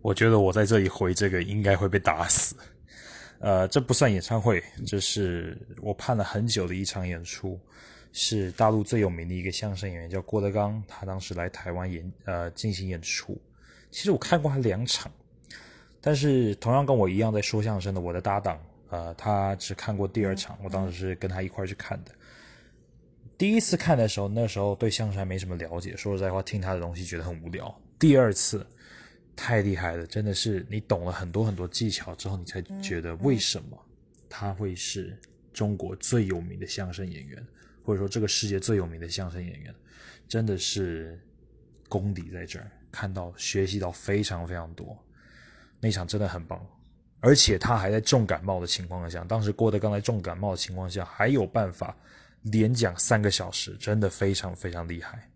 我觉得我在这里回这个应该会被打死。这不算演唱会，这是我盼了很久的一场演出，是大陆最有名的一个相声演员叫郭德纲，他当时来台湾进行演出。其实我看过他2场，但是同样跟我一样在说相声的我的搭档，他只看过第2场，我当时是跟他一块去看的。第一次看的时候，那时候对相声还没什么了解，说实在话，听他的东西觉得很无聊。第2次太厉害了，真的是你懂了很多很多技巧之后，你才觉得为什么他会是中国最有名的相声演员，或者说这个世界最有名的相声演员，真的是功底在这儿，看到学习到非常非常多。那场真的很棒，而且他还在重感冒的情况下，当时郭德纲在重感冒的情况下还有办法连讲3个小时，真的非常非常厉害。